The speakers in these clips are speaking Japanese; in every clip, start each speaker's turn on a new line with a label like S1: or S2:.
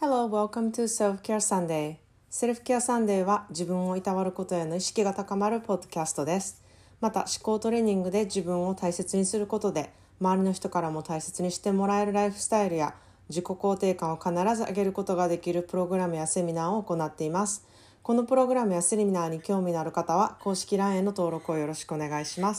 S1: Hello, welcome to Self-Care Sunday. セルフケアサンデーは自分をいたわることへの意識が高まるポッドキャストです。また思考トレーニングで自分を大切にすることで周りの人からも大切にしてもらえるライフスタイルや自己肯定感を必ず上げることができるプログラムやセミナーを行っています。このプログラムやセミナーに興味のある方は公式 LINE への登録をよろしくお願いします。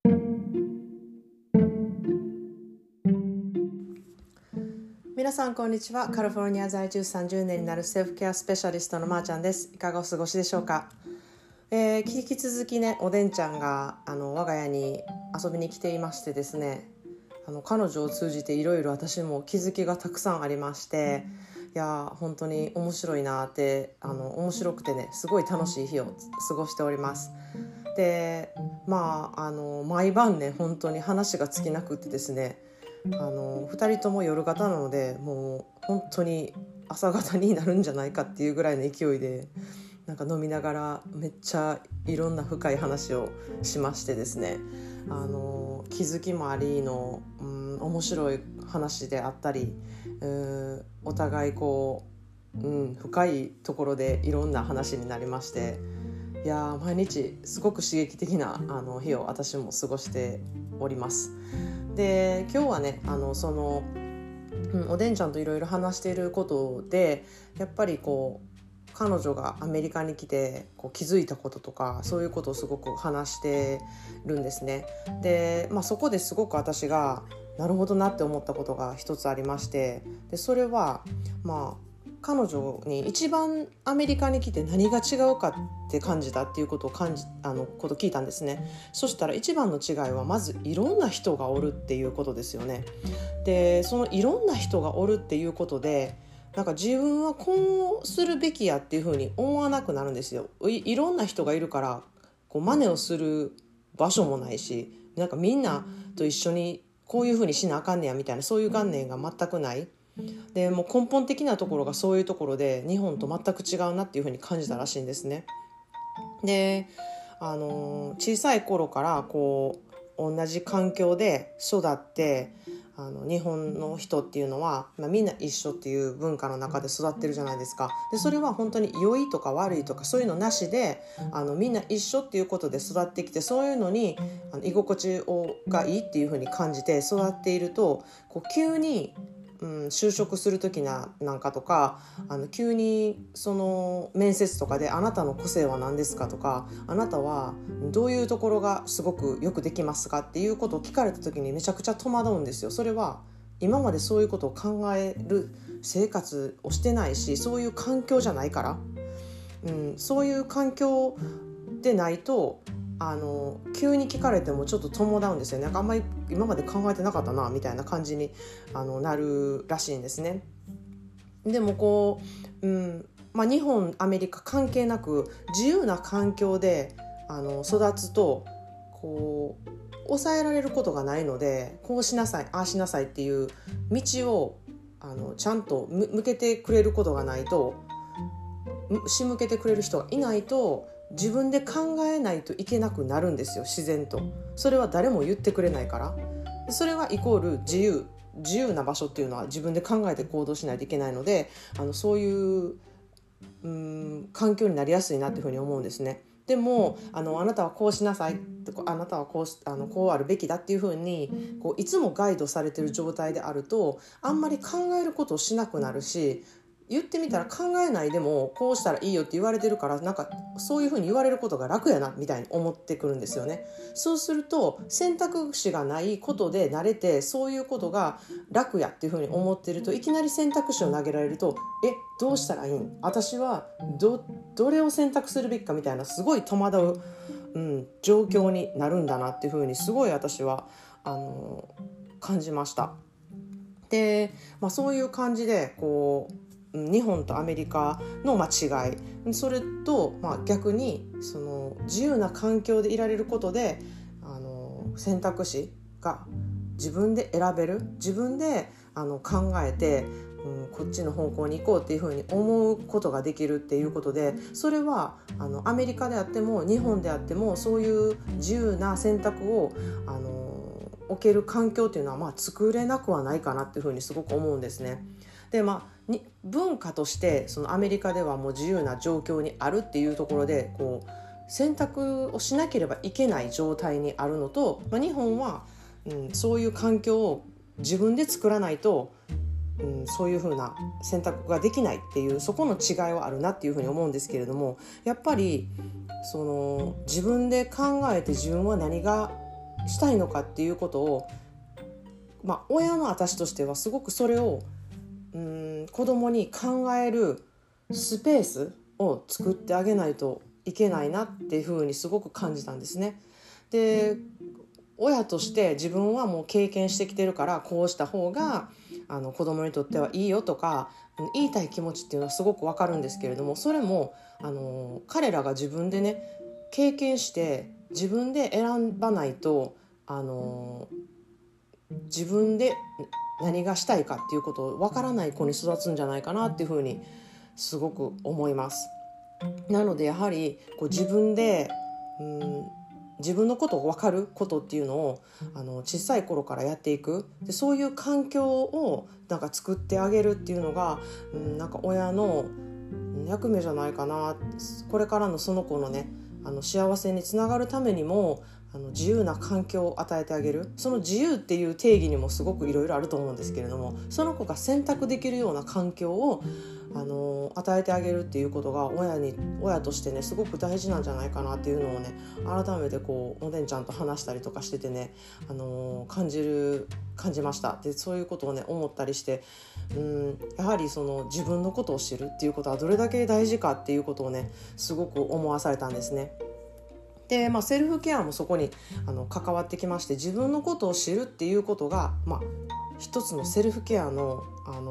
S1: 皆さんこんにちは。カリフォルニア在住30年になるセルフケアスペシャリストのまーちゃんです。いかがお過ごしでしょうか。引き続きね、おでんちゃんが我が家に遊びに来ていましてですね、彼女を通じていろいろ私も気づきがたくさんありまして、いや本当に面白いなって面白くてね、すごい楽しい日を過ごしております。で毎晩ね本当に話が尽きなくってですね、2人とも夜型なのでもう本当に朝型になるんじゃないかっていうぐらいの勢いで飲みながらめっちゃいろんな深い話をしましてですね、気づきもありの、面白い話であったり、お互い深いところでいろんな話になりまして、いや毎日すごく刺激的な日を私も過ごしております。で今日はねおでんちゃんといろいろ話していることでやっぱり彼女がアメリカに来て気づいたこととかそういうことをすごく話してるんですね。で、そこですごく私がなるほどなって思ったことが一つありまして、でそれは彼女に一番アメリカに来て何が違うかって感じたっていうことを聞いたんですね。そしたら一番の違いはまずいろんな人がおるっていうことですよね。でそのいろんな人がおるっていうことで自分はこうするべきやっていうふうに思わなくなるんですよ。いろんな人がいるから真似をする場所もないし、みんなと一緒にこういうふうにしなあかんねやみたいなそういう概念が全くない。でもう根本的なところがそういうところで日本と全く違うなっていうふうに感じたらしいんですね。で小さい頃から同じ環境で育って日本の人っていうのは、みんな一緒っていう文化の中で育ってるじゃないですか。でそれは本当に良いとか悪いとかそういうのなしでみんな一緒っていうことで育ってきて、そういうのに居心地がいいっていうふうに感じて育っていると急に就職する時なんかとか急にその面接とかであなたの個性は何ですかとかあなたはどういうところがすごくよくできますかっていうことを聞かれた時にめちゃくちゃ戸惑うんですよ。それは今までそういうことを考える生活をしてないし、そういう環境じゃないから、そういう環境でないと急に聞かれてもちょっと戸惑うんですよね。あんまり今まで考えてなかったなみたいな感じになるらしいんですね。でも日本アメリカ関係なく自由な環境で育つと抑えられることがないので、こうしなさいああしなさいっていう道をちゃんと向けてくれることがないと、仕向けてくれる人がいないと自分で考えないといけなくなるんですよ、自然と。それは誰も言ってくれないから。それはイコール自由な場所っていうのは自分で考えて行動しないといけないので、そういう環境になりやすいなっていうふうに思うんですね。でもあなたはこうしなさい、あなたはこうあるべきだっていうふうにいつもガイドされてる状態であるとあんまり考えることをしなくなるし、言ってみたら考えないでもこうしたらいいよって言われてるからそういうふうに言われることが楽やなみたいに思ってくるんですよね。そうすると選択肢がないことで慣れてそういうことが楽やっていうふうに思ってると、いきなり選択肢を投げられるとどうしたらいいん、私はどれを選択するべきかみたいなすごい戸惑う、状況になるんだなっていうふうにすごい私は感じました。で、そういう感じで日本とアメリカの違い、それと逆にその自由な環境でいられることで選択肢が自分で選べる、自分で考えて、こっちの方向に行こうっていうふうに思うことができるっていうことで、それはアメリカであっても日本であってもそういう自由な選択をおける環境っていうのは作れなくはないかなっていうふうにすごく思うんですね。で文化としてそのアメリカではもう自由な状況にあるっていうところで選択をしなければいけない状態にあるのと、日本は、そういう環境を自分で作らないと、そういう風な選択ができないっていうそこの違いはあるなっていうふうに思うんですけれども、やっぱりその自分で考えて自分は何がしたいのかっていうことを、親の私としてはすごくそれを子供に考えるスペースを作ってあげないといけないなっていうふうにすごく感じたんですね。で、親として自分はもう経験してきてるからこうした方が子供にとってはいいよとか言いたい気持ちっていうのはすごくわかるんですけれども、それも彼らが自分でね経験して自分で選ばないと自分で何がしたいかっていうことをわからない子に育つんじゃないかなっていうふうにすごく思います。なのでやはり自分で自分のことを分かることっていうのを小さい頃からやっていく。でそういう環境を作ってあげるっていうのが親の役目じゃないかな。これからのその子のね幸せにつながるためにも自由な環境を与えてあげる。その自由っていう定義にもすごくいろいろあると思うんですけれども、その子が選択できるような環境を与えてあげるっていうことが親としてねすごく大事なんじゃないかなっていうのをね改めておでんちゃんと話したりとかしててね、感じました。でそういうことをね思ったりして、やはりその自分のことを知るっていうことはどれだけ大事かっていうことをねすごく思わされたんですね。でセルフケアもそこに関わってきまして、自分のことを知るっていうことが、一つのセルフケアの、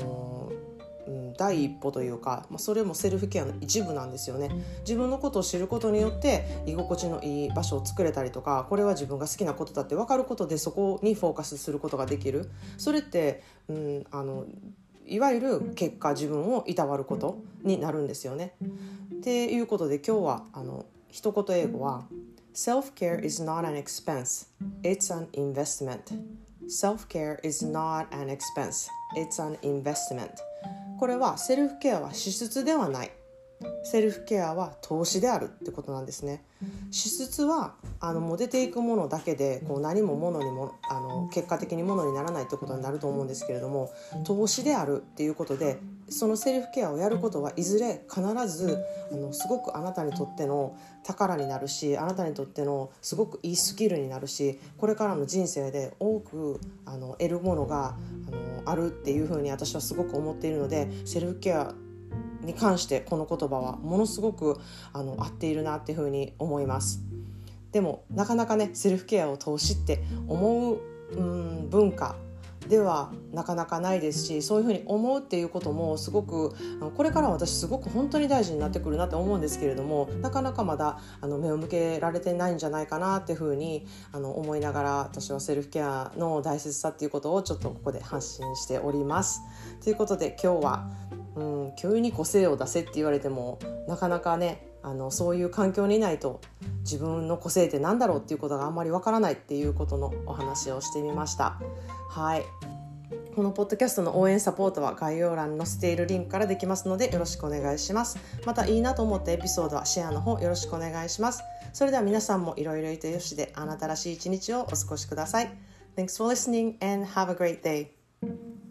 S1: 第一歩というか、それもセルフケアの一部なんですよね。自分のことを知ることによって居心地のいい場所を作れたりとか、これは自分が好きなことだって分かることでそこにフォーカスすることができる。それって、いわゆる結果自分をいたわることになるんですよね。っていうことで今日は一言英語は Self-care is not an expense, it's an investment. Self-care is not an expense, it's an investment. これはセルフケアは支出ではない。セルフケアは投資であるってことなんですね。支出はもう出ていくものだけで何も物にも結果的に物にならないってことになると思うんですけれども、投資であるっていうことで、そのセルフケアをやることはいずれ必ずすごくあなたにとっての宝になるし、あなたにとってのすごくいいスキルになるし、これからの人生で多く得るものがあるっていうふうに私はすごく思っているので、セルフケアに関してこの言葉はものすごく合っているなっていうふうに思います。でもなかなかねセルフケアを投資って思う、文化ではなかなかないですし、そういうふうに思うっていうこともすごくこれから私すごく本当に大事になってくるなって思うんですけれども、なかなかまだ目を向けられてないんじゃないかなっていうふうに思いながら、私はセルフケアの大切さっていうことをちょっとここで発信しております。ということで今日は急に個性を出せって言われてもなかなかねそういう環境にいないと自分の個性って何だろうっていうことがあんまりわからないっていうことのお話をしてみました。はい、このポッドキャストの応援サポートは概要欄に載せているリンクからできますのでよろしくお願いします。またいいなと思ったエピソードはシェアの方よろしくお願いします。それでは皆さんもいろいろいてよしであなたらしい一日をお過ごしください。Thanks for listening and have a great day.